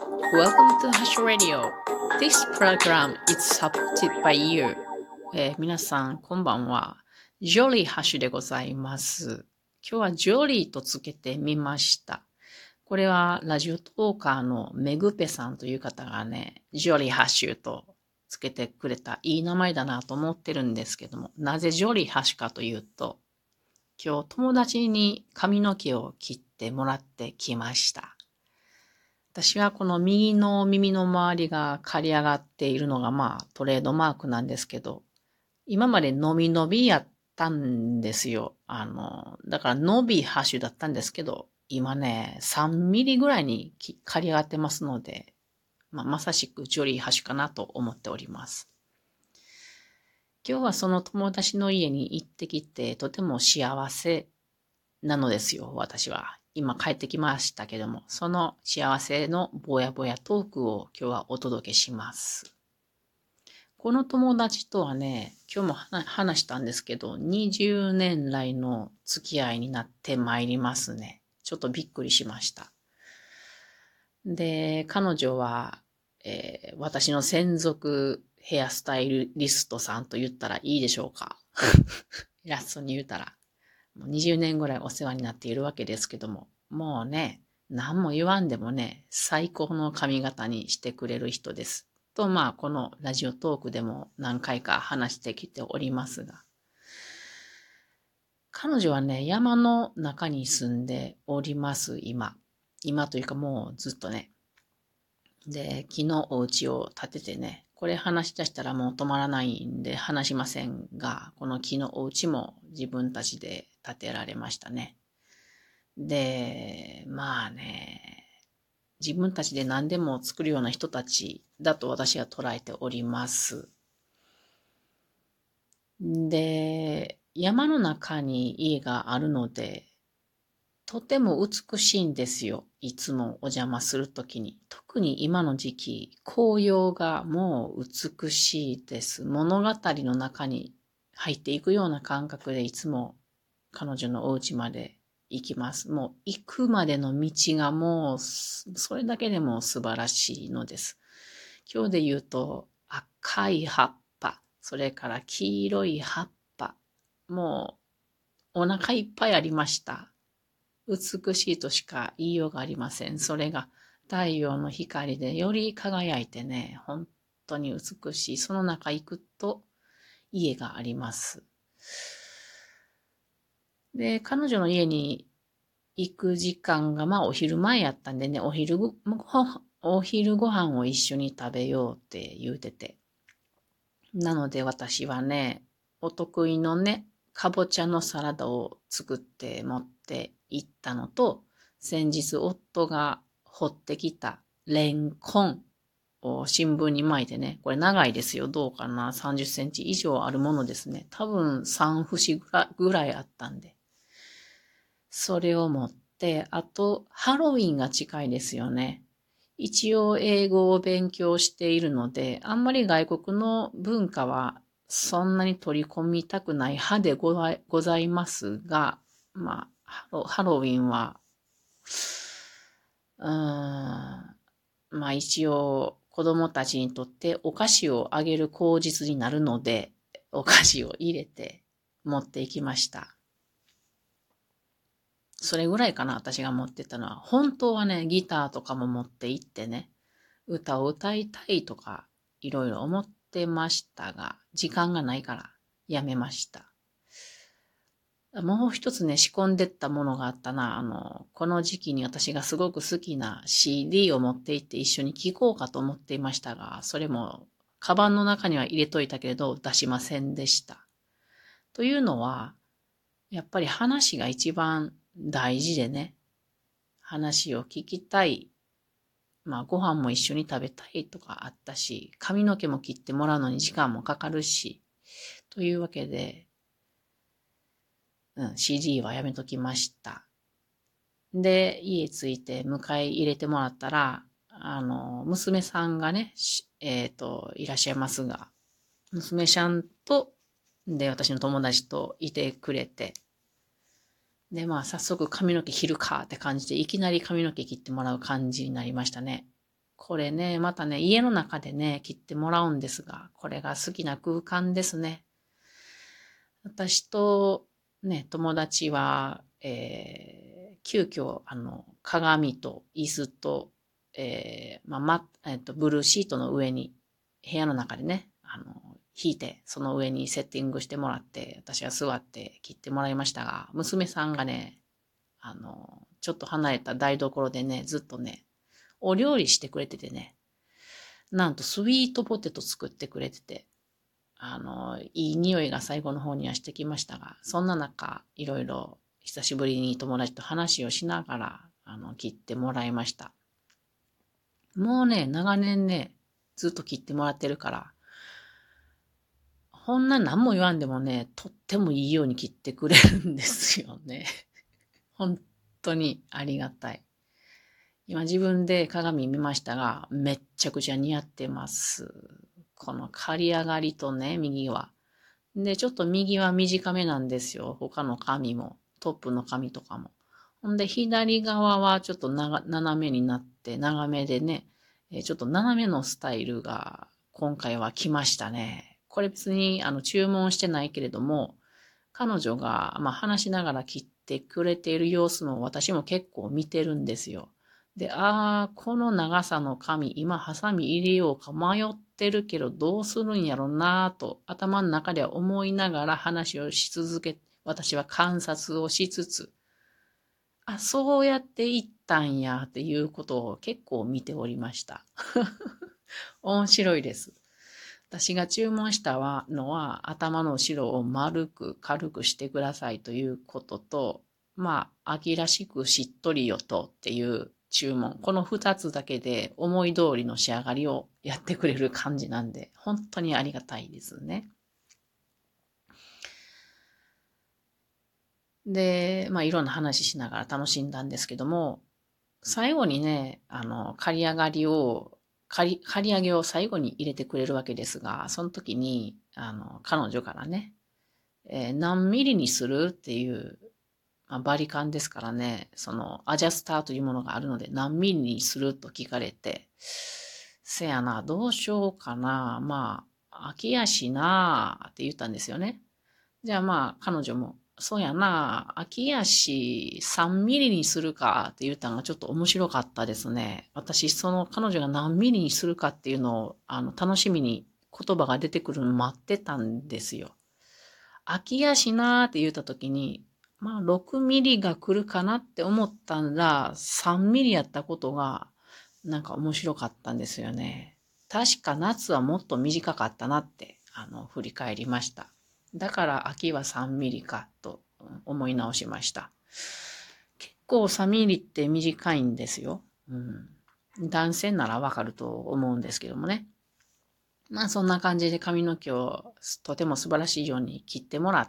Welcome to Hash Radio. This program is supported by you. 皆さん、こんばんは。ジョリーハッシュでございます。今日はジョリーとつけてみました。これはラジオトーカーのメグペさんという方がね、ジョリーハッシュとつけてくれたいい名前だなと思ってるんですけども、なぜジョリーハッシュかというと、今日友達に髪の毛を切ってもらってきました。私はこの右の耳の周りが刈り上がっているのがトレードマークなんですけど、今まで伸び伸びやったんですよ。だから伸びハッシュだったんですけど、今ね、3ミリぐらいに刈り上がってますので、まさしくジョリーハッシュかなと思っております。今日はその友達の家に行ってきて、とても幸せなのですよ、私は。今帰ってきましたけども、その幸せのぼやぼやトークを今日はお届けします。この友達とはね、今日も話したんですけど、20年来の付き合いになってまいりますね。ちょっとびっくりしました。で、彼女は、私の専属ヘアスタイリストさんと言ったらいいでしょうか。偉そうに言うたら。もう20年ぐらいお世話になっているわけですけども、もうね、何も言わんでもね、最高の髪型にしてくれる人です。と、このラジオトークでも何回か話してきておりますが、彼女はね、山の中に住んでおります、今。今というかもうずっとね。で、木のお家を建ててね、これ話し出したらもう止まらないんで話しませんが、この木のお家も自分たちで建てられましたね。で、自分たちで何でも作るような人たちだと私は捉えております。で、山の中に家があるので、とても美しいんですよ。いつもお邪魔するときに。特に今の時期、紅葉がもう美しいです。物語の中に入っていくような感覚でいつも彼女のお家まで行きます。もう行くまでの道がもうそれだけでも素晴らしいのです。今日で言うと赤い葉っぱ、それから黄色い葉っぱ、もうお腹いっぱいありました。美しいとしか言いようがありません。それが太陽の光でより輝いてね、本当に美しい。その中行くと家があります。で、彼女の家に行く時間がお昼前やったんでね、お昼ご飯を一緒に食べようって言うてて。なので私はね、お得意のね、かぼちゃのサラダを作って持って行ったのと、先日夫が掘ってきたレンコンを新聞に巻いてね、これ長いですよ。どうかな ?30 センチ以上あるものですね。多分3節ぐらいあったんで。それを持って、あと、ハロウィンが近いですよね。一応英語を勉強しているので、あんまり外国の文化はそんなに取り込みたくない派でございますが、ハロウィンは、一応子供たちにとってお菓子をあげる口実になるので、お菓子を入れて持っていきました。それぐらいかな、私が持ってたのは。本当はね、ギターとかも持って行ってね、歌を歌いたいとか、いろいろ思ってましたが、時間がないからやめました。もう一つね、仕込んでったものがあったな。この時期に私がすごく好きな CD を持って行って一緒に聴こうかと思っていましたが、それも、カバンの中には入れといたけれど、出しませんでした。というのは、やっぱり話が一番大事でね、話を聞きたい。ご飯も一緒に食べたいとかあったし、髪の毛も切ってもらうのに時間もかかるし、というわけで、CD はやめときました。で、家着いて迎え入れてもらったら、娘さんがね、いらっしゃいますが、娘さんと、で、私の友達といてくれて、で、早速髪の毛切るかって感じで、いきなり髪の毛切ってもらう感じになりましたね。 これね、またね、家の中でね、切ってもらうんですが、これが好きな空間ですね。私とね、友達は、急遽、鏡と椅子と、ブルーシートの上に、部屋の中でね、引いて、その上にセッティングしてもらって、私は座って切ってもらいましたが、娘さんがね、ちょっと離れた台所でね、ずっとね、お料理してくれててね、なんとスイートポテト作ってくれてて、いい匂いが最後の方にはしてきましたが、そんな中、いろいろ久しぶりに友達と話をしながら、切ってもらいました。もうね、長年ね、ずっと切ってもらってるから、こんな何も言わんでもね、とってもいいように切ってくれるんですよね。本当にありがたい。今自分で鏡見ましたが、めっちゃくちゃ似合ってます。この刈り上がりとね、右は。で、ちょっと右は短めなんですよ。他の髪も、トップの髪とかも。ほんで、左側はちょっと斜めになって長めでね、ちょっと斜めのスタイルが今回は来ましたね。これ別に注文してないけれども、彼女が話しながら切ってくれている様子も私も結構見てるんですよ。で、この長さの髪、今ハサミ入れようか迷ってるけどどうするんやろなぁと頭の中では思いながら話をし続け、私は観察をしつつ、そうやっていったんやっていうことを結構見ておりました。面白いです。私が注文したのは頭の後ろを丸く軽くしてくださいということと、秋らしくしっとりよとっていう注文。この二つだけで思い通りの仕上がりをやってくれる感じなんで、本当にありがたいですね。で、いろんな話しながら楽しんだんですけども、最後にね、刈り上げを最後に入れてくれるわけですが、その時に、彼女からね、何ミリにするっていう、バリカンですからね、そのアジャスターというものがあるので何ミリにすると聞かれて、せやな、どうしようかな、秋やしなって言ったんですよね。じゃあ彼女も、そうやな、秋やし3ミリにするかって言ったのがちょっと面白かったですね。私、その彼女が何ミリにするかっていうのを、楽しみに言葉が出てくるの待ってたんですよ。秋やしなーって言った時に、6ミリが来るかなって思ったら、3ミリやったことが、なんか面白かったんですよね。確か夏はもっと短かったなって、振り返りました。だから秋は3ミリかと思い直しました。結構3ミリって短いんですよ。うん。男性ならわかると思うんですけどもね。そんな感じで髪の毛をとても素晴らしいように切ってもらって、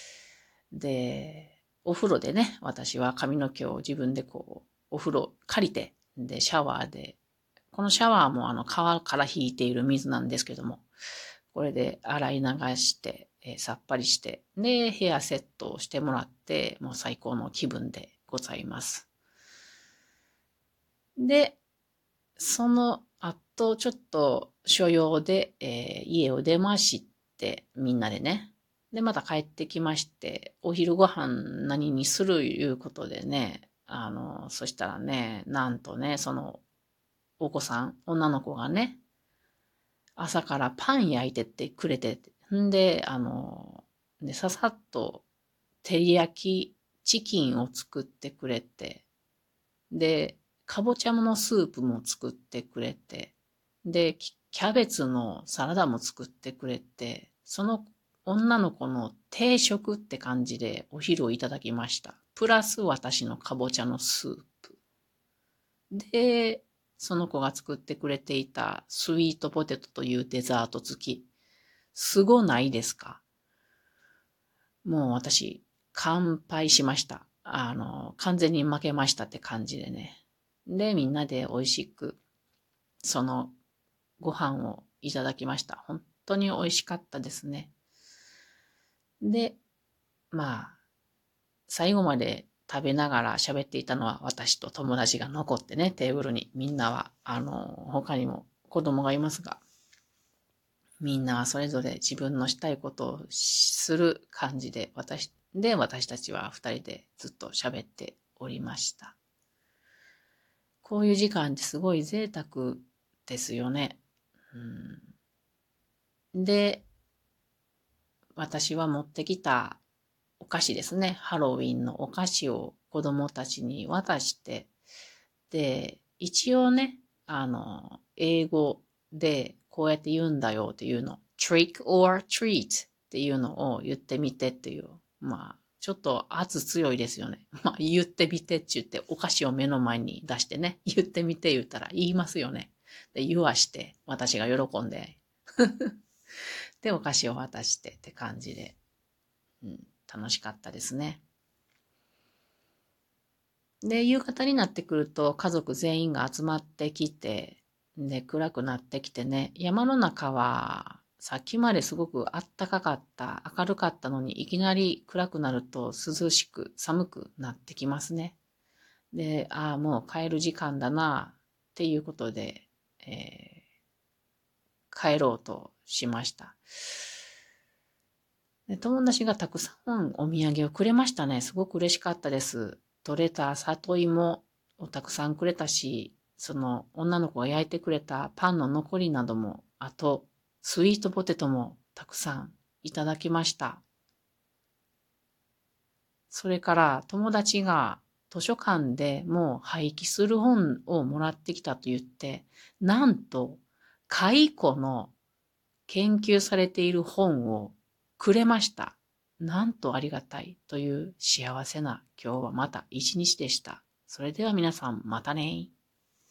で、お風呂でね、私は髪の毛を自分でお風呂借りて、で、シャワーで、このシャワーも川から引いている水なんですけども、これで洗い流して、さっぱりして、で、ヘアセットをしてもらって、もう最高の気分でございます。で、その後、ちょっと所用で、家を出まして、みんなでね。で、また帰ってきまして、お昼ご飯何にするいうことでね、そしたらね、なんとね、そのお子さん、女の子がね、朝からパン焼いてってくれて、んで、ささっと照り焼きチキンを作ってくれて、で、かぼちゃのスープも作ってくれて、で、キャベツのサラダも作ってくれて、その女の子の定食って感じでお昼をいただきました。プラス私のかぼちゃのスープ。で、その子が作ってくれていたスイートポテトというデザート付き。すごないですか？もう私、乾杯しました。完全に負けましたって感じでね。で、みんなで美味しく、そのご飯をいただきました。本当に美味しかったですね。で、最後まで食べながら喋っていたのは私と友達が残ってね、テーブルに。みんなは、他にも子供がいますが、みんなはそれぞれ自分のしたいことをする感じで、私たちは二人でずっと喋っておりました。こういう時間ってすごい贅沢ですよね。で、私は持ってきたお菓子ですね。ハロウィンのお菓子を子供たちに渡して、で、一応ね、英語でこうやって言うんだよっていうの。trick or treat っていうのを言ってみてっていう。まあ、ちょっと圧強いですよね。まあ、言ってみてって言ってお菓子を目の前に出してね、言ってみて言ったら言いますよね。で、言わして、私が喜んで、で、お菓子を渡してって感じで、楽しかったですね。で、夕方になってくると家族全員が集まってきて、で、暗くなってきてね、山の中はさっきまですごくあったかかった、明るかったのにいきなり暗くなると涼しく、寒くなってきますね。で、もう帰る時間だなっていうことで、帰ろうとしました。で、友達がたくさんお土産をくれましたね。すごく嬉しかったです。取れた里芋をたくさんくれたし、その女の子が焼いてくれたパンの残りなども、あと、スイートポテトもたくさんいただきました。それから友達が図書館でもう廃棄する本をもらってきたと言って、なんと、蚕の研究されている本をくれました。なんとありがたいという幸せな今日はまた一日でした。それでは皆さんまたね。